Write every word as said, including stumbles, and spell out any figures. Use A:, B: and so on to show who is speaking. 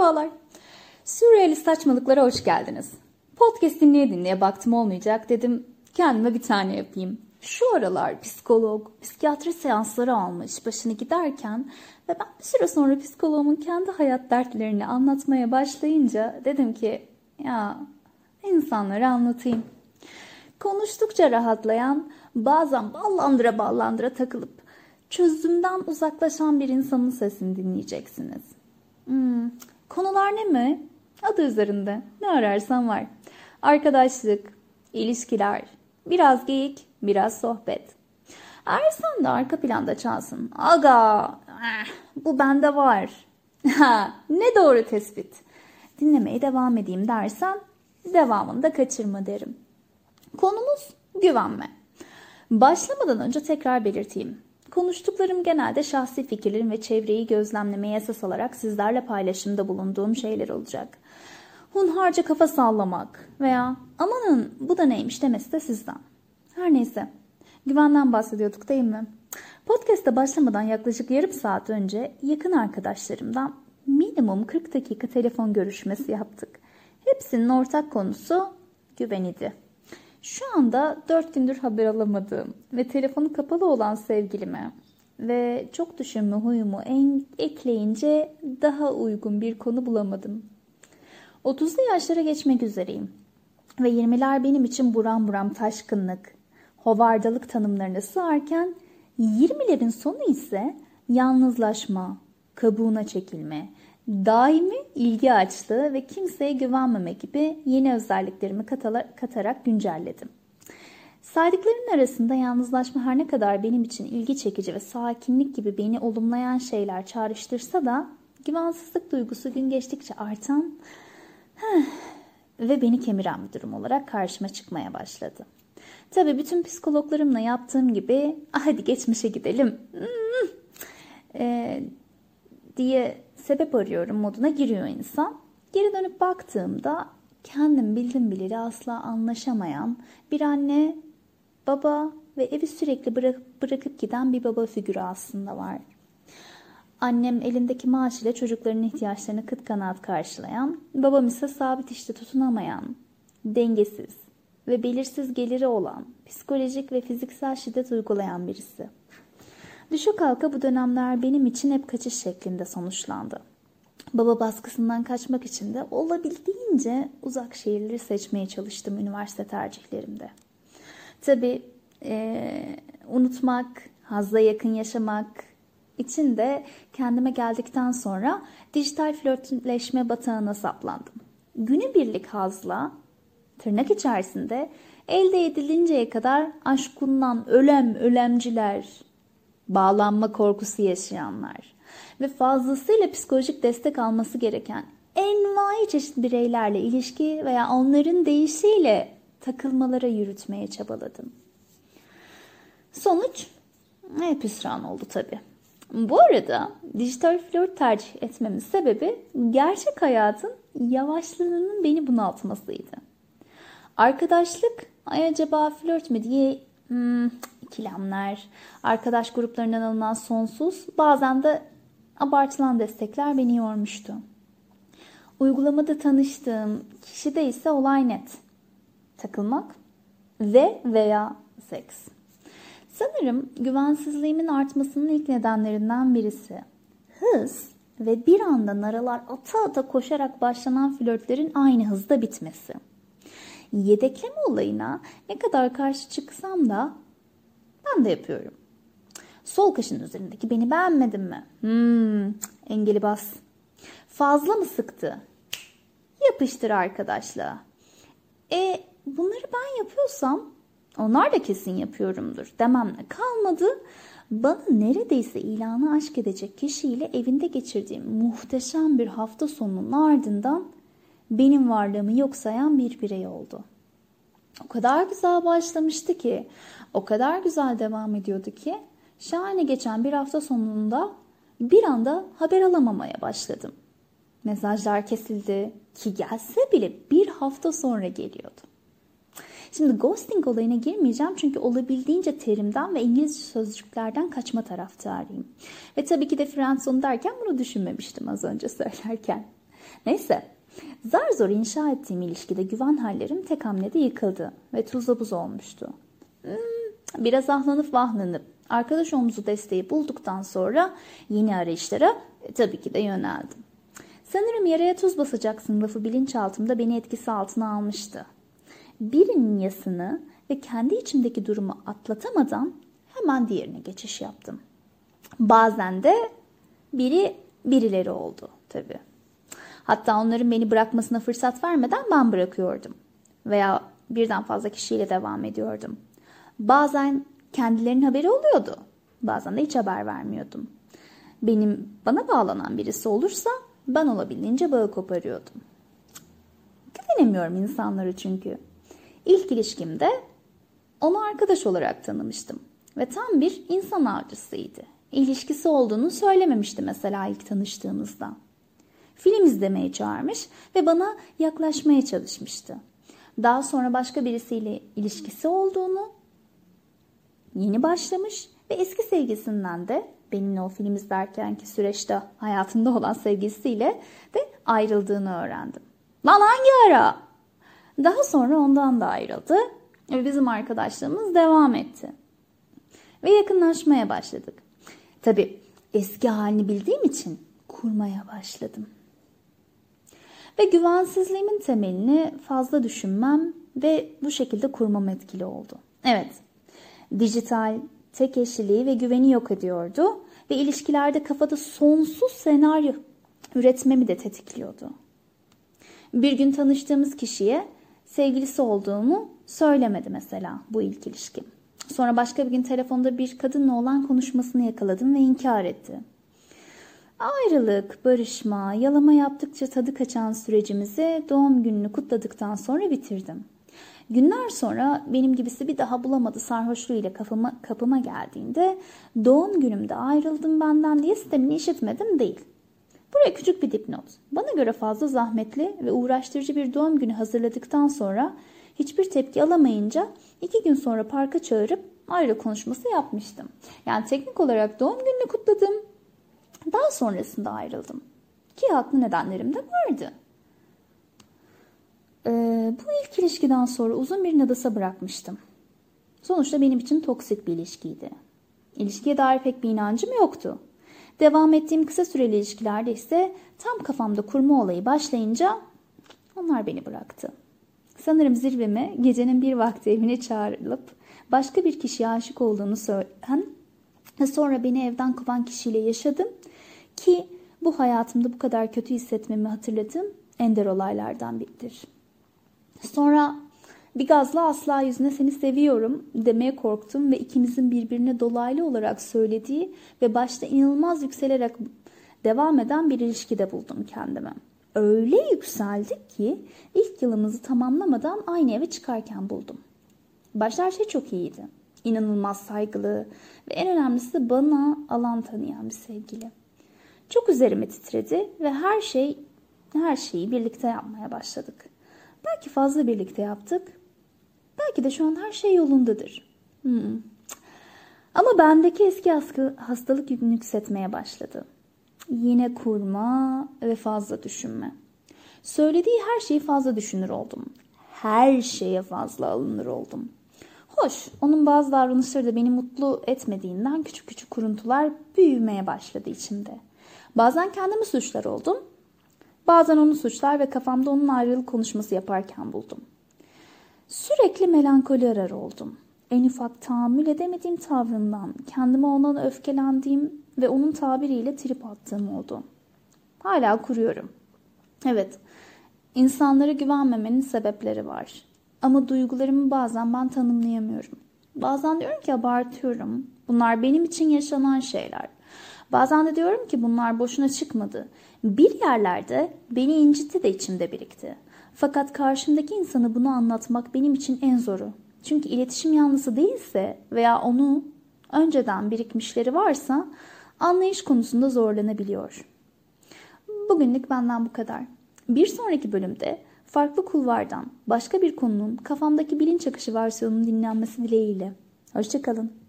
A: Merhabalar. Sürrealist saçmalıklara hoş geldiniz. Podcast dinleye dinleye baktım olmayacak, dedim kendime bir tane yapayım. Şu aralar psikolog, psikiyatri seansları almış başını giderken ve ben bir süre sonra psikoloğumun kendi hayat dertlerini anlatmaya başlayınca dedim ki ya insanlara anlatayım. Konuştukça rahatlayan, bazen ballandıra ballandıra takılıp çözümden uzaklaşan bir insanın sesini dinleyeceksiniz. Hmm, konular ne mi? Adı üzerinde. Ne ararsan var. Arkadaşlık, ilişkiler, biraz geyik, biraz sohbet. Ersan da arka planda çalsın. Aga, eh, bu bende var. Ha, ne doğru tespit. Dinlemeye devam edeyim dersen devamını da kaçırma derim. Konumuz güvenme. Başlamadan önce tekrar belirteyim. Konuştuklarım genelde şahsi fikirlerim ve çevreyi gözlemlemeye esas alarak sizlerle paylaşımda bulunduğum şeyler olacak. Hunharca kafa sallamak veya amanın bu da neymiş demesi de sizden. Her neyse, güvenden bahsediyorduk değil mi? Podcast'a başlamadan yaklaşık yarım saat önce yakın arkadaşlarımdan minimum kırk dakika telefon görüşmesi yaptık. Hepsinin ortak konusu güven idi. Şu anda dört gündür haber alamadığım ve telefonu kapalı olan sevgilime ve çok düşünme huyumu en ekleyince daha uygun bir konu bulamadım. otuzlu yaşlara geçmek üzereyim ve yirmiler benim için buram buram taşkınlık, hovardalık tanımlarına sığarken yirmilerin sonu ise yalnızlaşma, kabuğuna çekilme, daimi ilgi açlığı ve kimseye güvenmeme gibi yeni özelliklerimi katarak güncelledim. Saydıklarımın arasında yalnızlaşma her ne kadar benim için ilgi çekici ve sakinlik gibi beni olumlayan şeyler çağrıştırsa da güvensizlik duygusu gün geçtikçe artan heh, ve beni kemiren bir durum olarak karşıma çıkmaya başladı. Tabii bütün psikologlarımla yaptığım gibi hadi geçmişe gidelim hmm. ee, diye sebep arıyorum moduna giriyor insan. Geri dönüp baktığımda kendim bildim bileli asla anlaşamayan bir anne, baba ve evi sürekli bırak, bırakıp giden bir baba figürü aslında var. Annem elindeki maaş ile çocukların ihtiyaçlarını kıt kanaat karşılayan, babam ise sabit işte tutunamayan, dengesiz ve belirsiz geliri olan, psikolojik ve fiziksel şiddet uygulayan birisi. Düşe kalka bu dönemler benim için hep kaçış şeklinde sonuçlandı. Baba baskısından kaçmak için de olabildiğince uzak şehirleri seçmeye çalıştım üniversite tercihlerimde. Tabii e, unutmak, hazza yakın yaşamak için de kendime geldikten sonra dijital flörtleşme batağına saplandım. Günübirlik hazla, tırnak içerisinde elde edilinceye kadar aşkundan ölem ölemciler, bağlanma korkusu yaşayanlar ve fazlasıyla psikolojik destek alması gereken envai çeşit bireylerle ilişki veya onların deyişiyle takılmalara yürütmeye çabaladım. Sonuç hep hüsran oldu tabii. Bu arada dijital flört tercih etmemin sebebi gerçek hayatın yavaşlığının beni bunaltmasıydı. Arkadaşlık ay acaba flört mü diye hmm, ikilemler, arkadaş gruplarından alınan sonsuz, bazen de abartılan destekler beni yormuştu. Uygulamada tanıştığım kişide ise olay net. Takılmak ve veya seks. Sanırım güvensizliğimin artmasının ilk nedenlerinden birisi hız ve bir anda naralar ata ata koşarak başlanan flörtlerin aynı hızda bitmesi. Yedekleme olayına ne kadar karşı çıksam da ben de yapıyorum. Sol kaşın üzerindeki beni beğenmedin mi? Hmm, engeli bas. Fazla mı sıktı? Yapıştır arkadaşlığa. E bunları ben yapıyorsam onlar da kesin yapıyorumdur dememle kalmadı. Bana neredeyse ilanı aşk edecek kişiyle evinde geçirdiğim muhteşem bir hafta sonunun ardından benim varlığımı yok sayan bir birey oldu. O kadar güzel başlamıştı ki, o kadar güzel devam ediyordu ki, şahane geçen bir hafta sonunda bir anda haber alamamaya başladım. Mesajlar kesildi ki gelse bile bir hafta sonra geliyordu. Şimdi ghosting olayına girmeyeceğim çünkü olabildiğince terimden ve İngilizce sözcüklerden kaçma taraftarıyım. Ve tabii ki de friendzone derken bunu düşünmemiştim az önce söylerken. Neyse, zar zor inşa ettiğim ilişkide güven hallerim tek hamlede yıkıldı ve tuzla buz olmuştu. Hmm, biraz ahlanıp vahlanıp arkadaş omzu desteği bulduktan sonra yeni arayışlara e, tabii ki de yöneldim. Sanırım yaraya tuz basacaksın lafı bilinçaltımda beni etkisi altına almıştı. Birinin yasını ve kendi içimdeki durumu atlatamadan hemen diğerine geçiş yaptım. Bazen de biri birileri oldu tabii. Hatta onların beni bırakmasına fırsat vermeden ben bırakıyordum. Veya birden fazla kişiyle devam ediyordum. Bazen kendilerinin haberi oluyordu. Bazen de hiç haber vermiyordum. Benim bana bağlanan birisi olursa ben olabildiğince bağı koparıyordum. Güvenemiyorum insanlara çünkü. İlk ilişkimde onu arkadaş olarak tanımıştım. Ve tam bir insan avcısıydı. İlişkisi olduğunu söylememişti mesela ilk tanıştığımızda. Film izlemeye çağırmış ve bana yaklaşmaya çalışmıştı. Daha sonra başka birisiyle ilişkisi olduğunu, yeni başlamış ve eski sevgisinden de benimle o film izlerkenki süreçte hayatında olan sevgilisiyle de ayrıldığını öğrendim. Lan hangi ara? Daha sonra ondan da ayrıldı ve bizim arkadaşlığımız devam etti. Ve yakınlaşmaya başladık. Tabii eski halini bildiğim için kurmaya başladım. Ve güvensizliğimin temelini fazla düşünmem ve bu şekilde kurmam etkili oldu. Evet, dijital, tek eşliliği ve güveni yok ediyordu ve ilişkilerde kafada sonsuz senaryo üretmemi de tetikliyordu. Bir gün tanıştığımız kişiye sevgilisi olduğumu söylemedi mesela bu ilk ilişkim. Sonra başka bir gün telefonda bir kadınla olan konuşmasını yakaladım ve inkar etti. Ayrılık, barışma, yalama yaptıkça tadı kaçan sürecimizi doğum gününü kutladıktan sonra bitirdim. Günler sonra benim gibisi bir daha bulamadı sarhoşluğuyla kafama, kapıma geldiğinde doğum günümde ayrıldım benden diye sistemini işitmedim değil. Buraya küçük bir dipnot. Bana göre fazla zahmetli ve uğraştırıcı bir doğum günü hazırladıktan sonra hiçbir tepki alamayınca iki gün sonra parka çağırıp ayrı konuşması yapmıştım. Yani teknik olarak doğum gününü kutladım. Daha sonrasında ayrıldım. Ki haklı nedenlerim de vardı. Ee, bu ilk ilişkiden sonra uzun bir nadasa bırakmıştım. Sonuçta benim için toksik bir ilişkiydi. İlişkiye dair pek bir inancım yoktu. Devam ettiğim kısa süreli ilişkilerde ise tam kafamda kurma olayı başlayınca onlar beni bıraktı. Sanırım zirveme gecenin bir vakti evine çağrılıp başka bir kişiye aşık olduğunu söyleyen ve sonra beni evden kovan kişiyle yaşadım ki bu hayatımda bu kadar kötü hissetmemi hatırladığım ender olaylardan biridir. Sonra bir gazla asla yüzüne seni seviyorum demeye korktum ve ikimizin birbirine dolaylı olarak söylediği ve başta inanılmaz yükselerek devam eden bir ilişkide buldum kendimi. Öyle yükseldik ki ilk yılımızı tamamlamadan aynı eve çıkarken buldum. Başta her şey çok iyiydi. İnanılmaz saygılı ve en önemlisi de bana alan tanıyan bir sevgili. Çok üzerime titredi ve her şey her şeyi birlikte yapmaya başladık. Belki fazla birlikte yaptık. Belki de şu an her şey yolundadır. Hmm. Ama bendeki eski hastalık yükünü yükseltmeye başladı. Yine kurma ve fazla düşünme. Söylediği her şeyi fazla düşünür oldum. Her şeye fazla alınır oldum. Hoş, onun bazı davranışları da beni mutlu etmediğinden küçük küçük kuruntular büyümeye başladı içimde. Bazen kendimi suçlar oldum. Bazen onu suçlar ve kafamda onun ayrılık konuşması yaparken buldum. Sürekli melankoli arar oldum. En ufak tahammül edemediğim tavrından, kendime ona öfkelendiğim ve onun tabiriyle trip attığım oldu. Hala kuruyorum. Evet, insanlara güvenmemenin sebepleri var. Ama duygularımı bazen ben tanımlayamıyorum. Bazen diyorum ki abartıyorum. Bunlar benim için yaşanan şeyler. Bazen de diyorum ki bunlar boşuna çıkmadı. Bir yerlerde beni incitti de içimde birikti. Fakat karşımdaki insana bunu anlatmak benim için en zoru. Çünkü iletişim yanlısı değilse veya onu önceden birikmişleri varsa anlayış konusunda zorlanabiliyor. Bugünlük benden bu kadar. Bir sonraki bölümde farklı kulvardan başka bir konunun kafamdaki bilinç akışı versiyonunun dinlenmesi dileğiyle. Hoşça kalın.